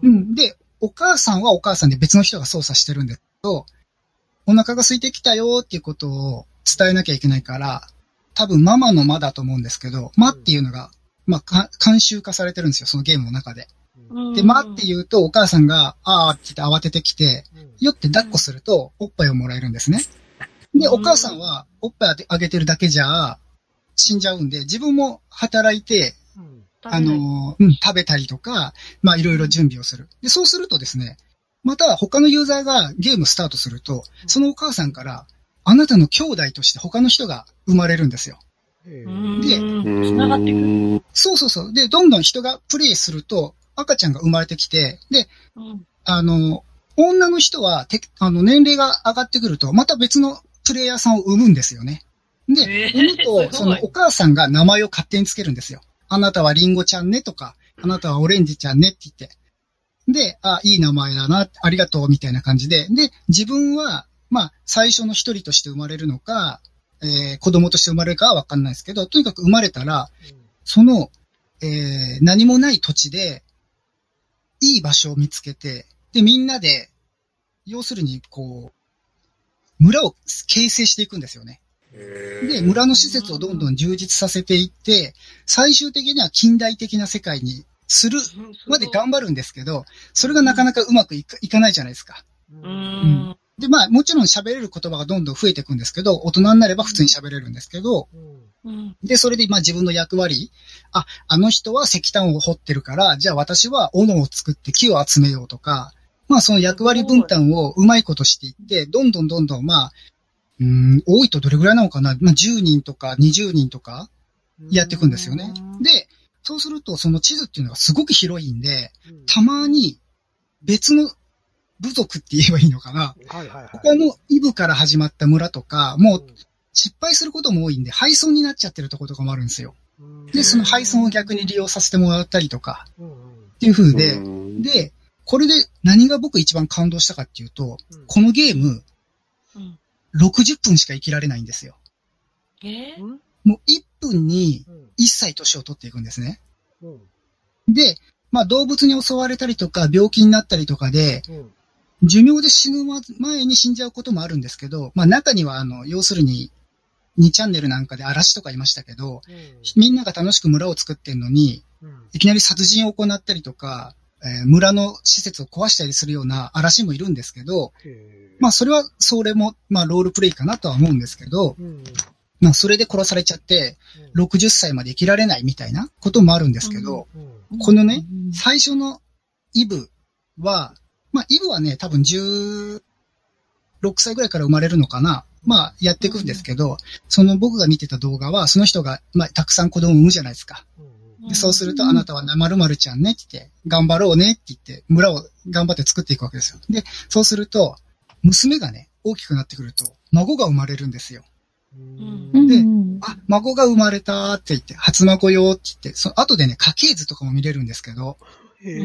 E: うん。で、お母さんはお母さんで別の人が操作してるんですけど、お腹が空いてきたよっていうことを伝えなきゃいけないから、多分ママのマだと思うんですけど、マっていうのが、まあ、慣習化されてるんですよ、そのゲームの中で。で、マって言うとお母さんが、あーって言って慌ててきて、よって抱っこするとおっぱいをもらえるんですね。で、お母さんはおっぱいあげてるだけじゃ死んじゃうんで、自分も働いて、食べたりとか、まあいろいろ準備をする。で、そうするとですね、また他のユーザーがゲームスタートすると、そのお母さんから、あなたの兄弟として他の人が生まれるんですよ。で、
C: 繋がってくる。
E: そうそうそう。で、どんどん人がプレイすると、赤ちゃんが生まれてきて、で、女の人は年齢が上がってくると、また別のプレイヤーさんを産むんですよね。で、産むと、そのお母さんが名前を勝手につけるんですよ。あなたはリンゴちゃんねとか、あなたはオレンジちゃんねって言って。で、いい名前だな、ありがとうみたいな感じで。で、自分は、まあ、最初の一人として生まれるのか、子供として生まれるかはわかんないですけど、とにかく生まれたら、その、何もない土地で、いい場所を見つけて、で、みんなで、要するに、こう、村を形成していくんですよね。で、村の施設をどんどん充実させていって、最終的には近代的な世界にするまで頑張るんですけど、それがなかなかうまくいかないじゃないですか。で、まあ、もちろん喋れる言葉がどんどん増えていくんですけど、大人になれば普通に喋れるんですけど、で、それで、まあ自分の役割、あの人は石炭を掘ってるから、じゃあ私は斧を作って木を集めようとか、まあその役割分担をうまいことしていって、どんどん、まあ、多いとどれぐらいなのかな、まあ10人とか20人とかやっていくんですよね。で、そうするとその地図っていうのがすごく広いんで、たまに別の部族って言えばいいのかな。他のイブから始まった村とか、もう失敗することも多いんで、廃村になっちゃってるところとかもあるんですよ。で、その廃村を逆に利用させてもらったりとか、っていう風で、で、これで何が僕一番感動したかっていうと、このゲーム、60分しか生きられないんですよ。もう1分に1歳年を取っていくんですね。で、まあ動物に襲われたりとか、病気になったりとかで、寿命で死ぬ前に死んじゃうこともあるんですけど、まあ中には要するに2チャンネルなんかで嵐とかいましたけど、みんなが楽しく村を作ってんのに、いきなり殺人を行ったりとか、村の施設を壊したりするような嵐もいるんですけど、まあそれも、まあロールプレイかなとは思うんですけど、まあそれで殺されちゃって、60歳まで生きられないみたいなこともあるんですけど、このね、最初のイブは、まあイブはね、多分16歳ぐらいから生まれるのかな。まあやっていくんですけど、その僕が見てた動画は、その人が、まあたくさん子供を産むじゃないですか。でそうすると、あなたは〇〇ちゃんねって言って、頑張ろうねって言って、村を頑張って作っていくわけですよ。で、そうすると、娘がね、大きくなってくると、孫が生まれるんですよ。で、孫が生まれたって言って、初孫よって言って、その後でね、家系図とかも見れるんですけど、で、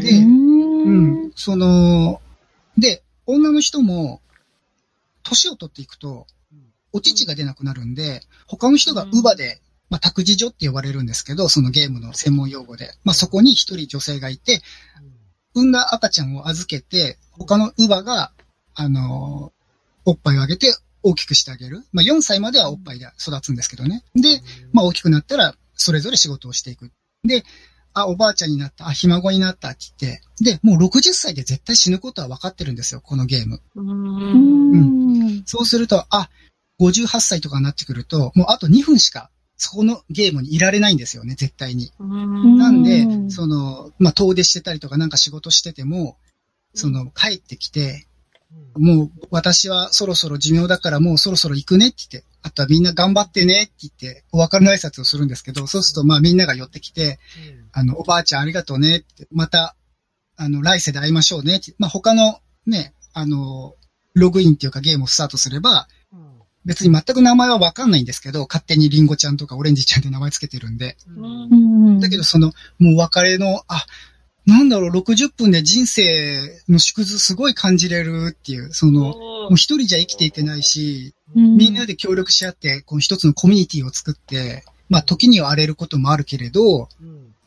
E: で、女の人も、年を取っていくと、お乳が出なくなるんで、他の人が乳母で、まあ、託児所って呼ばれるんですけど、そのゲームの専門用語で。まあ、そこに一人女性がいて、産んだ赤ちゃんを預けて、他の乳母が、おっぱいをあげて大きくしてあげる。まあ、4歳まではおっぱいで育つんですけどね。で、まあ、大きくなったら、それぞれ仕事をしていく。で、おばあちゃんになった、ひ孫になったって言って、で、もう60歳で絶対死ぬことは分かってるんですよ、このゲーム。そうすると、58歳とかになってくると、もうあと2分しか、そこのゲームにいられないんですよね、絶対に。なんで、まあ、遠出してたりとかなんか仕事してても、帰ってきて、もう私はそろそろ寿命だからもうそろそろ行くねって言って、あとはみんな頑張ってねって言って、お別れの挨拶をするんですけど、そうするとまあみんなが寄ってきて、おばあちゃんありがとうねって、また、来世で会いましょうねって、まあ他のね、ログインっていうかゲームをスタートすれば、別に全く名前はわかんないんですけど、勝手にリンゴちゃんとかオレンジちゃんって名前つけてるんで。だけどもう別れの、なんだろう、60分で人生の縮図すごい感じれるっていう、もう一人じゃ生きていけないし、みんなで協力し合って、この一つのコミュニティを作って、まあ時には荒れることもあるけれど、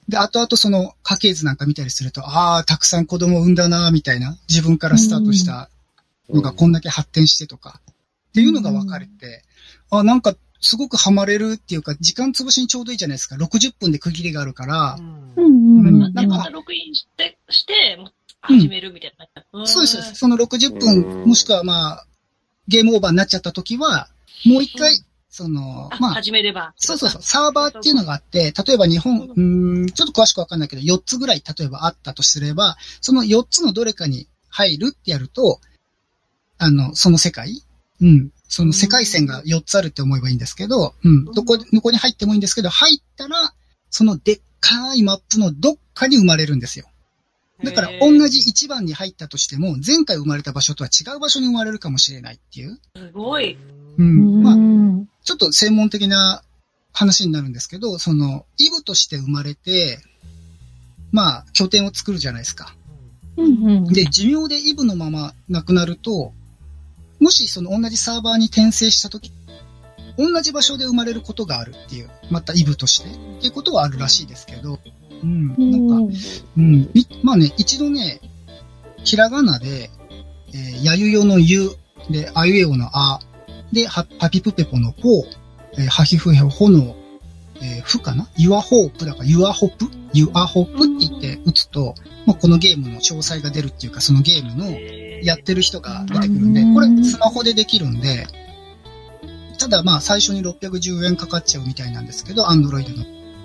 E: で、後々その家系図なんか見たりすると、たくさん子供を産んだな、みたいな、自分からスタートしたのがこんだけ発展してとか、っていうのが分かれて、なんかすごくハマれるっていうか、時間潰しにちょうどいいじゃないですか。60分で区切りがあるから、
C: で、またログインして、始めるみたいな。
E: そうです。その60分、もしくはゲームオーバーになっちゃった時は、もう一回、
C: 始めれば。
E: そう。サーバーっていうのがあって、例えば日本、ちょっと詳しくわかんないけど、4つぐらい、例えばあったとすれば、その4つのどれかに入るってやると、その世界、その世界線が4つあるって思えばいいんですけど、どこに入ってもいいんですけど、入ったら、そのでっかいマップのどっかに生まれるんですよ。だから、同じ1番に入ったとしても、前回生まれた場所とは違う場所に生まれるかもしれないっていう。
C: すごい。
E: ちょっと専門的な話になるんですけど、イブとして生まれて、拠点を作るじゃないですか。で、寿命でイブのまま亡くなると、もし同じサーバーに転生したとき、同じ場所で生まれることがあるっていう、またイブとして、っていうことはあるらしいですけど、一度ね、ひらがなで、やゆよのゆ、で、あゆえおのあ、で、パピプペポのポ、ハヒフヘホの、フかなユアホープだからユアホップって言って打つと、このゲームの詳細が出るっていうか、そのゲームのやってる人が出てくるんで、これスマホでできるんで、ただ最初に610円かかっちゃうみたいなんですけど、アンドロイドの。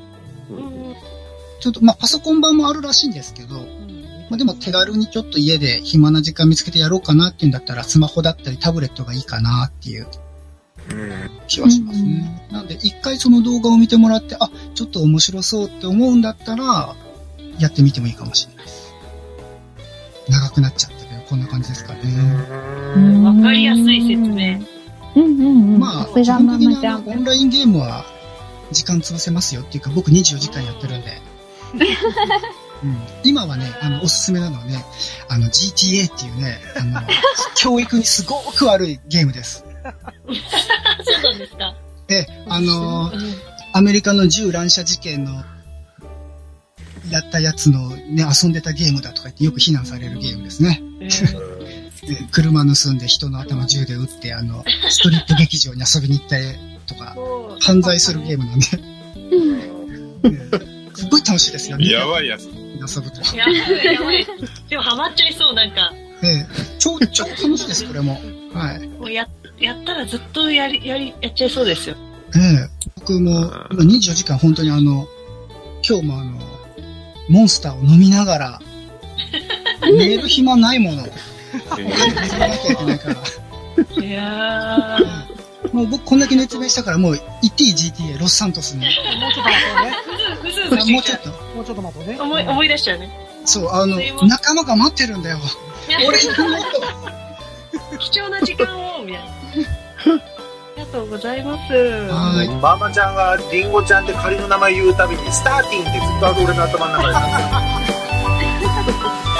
E: ちょっとパソコン版もあるらしいんですけど、でも手軽にちょっと家で暇な時間見つけてやろうかなっていうんだったら、スマホだったりタブレットがいいかなっていう気はしますね。なので、一回その動画を見てもらって、ちょっと面白そうって思うんだったら、やってみてもいいかもしれないです。長くなっちゃったけど、こんな感じですかね。
C: わかりやすい説明。
E: 基本的にオンラインゲームは時間潰せますよっていうか、僕24時間やってるんで。今はね、おすすめなのはね、GTA っていうね、教育にすごく悪いゲームです。
C: そうなんですか？
E: アメリカの銃乱射事件の、やったやつのね、遊んでたゲームだとか言ってよく非難されるゲームですね。車盗んで人の頭銃で撃って、ストリップ劇場に遊びに行ったりとか、犯罪するゲームなんで。すっごい楽しいですよね。
B: やばいやつ。
E: 遊ぶと。
C: やばい。でもハマっちゃいそう、なんか。
E: 超楽しいです、これも。はい。
C: もうやったらずっとやっちゃいそうですよ。
E: 僕も、今24時間本当に今日もモンスターを飲みながら、寝る暇ないもの。寝なきゃいけないから。
C: いや
E: もう僕こんだけ熱弁したからもう行っていい GTA ロスサントスに。
A: もうちょっと待ってね。
E: もうちょっと待ってね。
C: 思い出しちゃうね。
E: そう、仲間が待ってるんだよ。俺行くの
C: と。貴重な時間を、みたいな。ありがとうございます。
F: ママちゃんがリンゴちゃんって仮の名前言うたびに、スターティンってずっと俺の頭の中でなってる。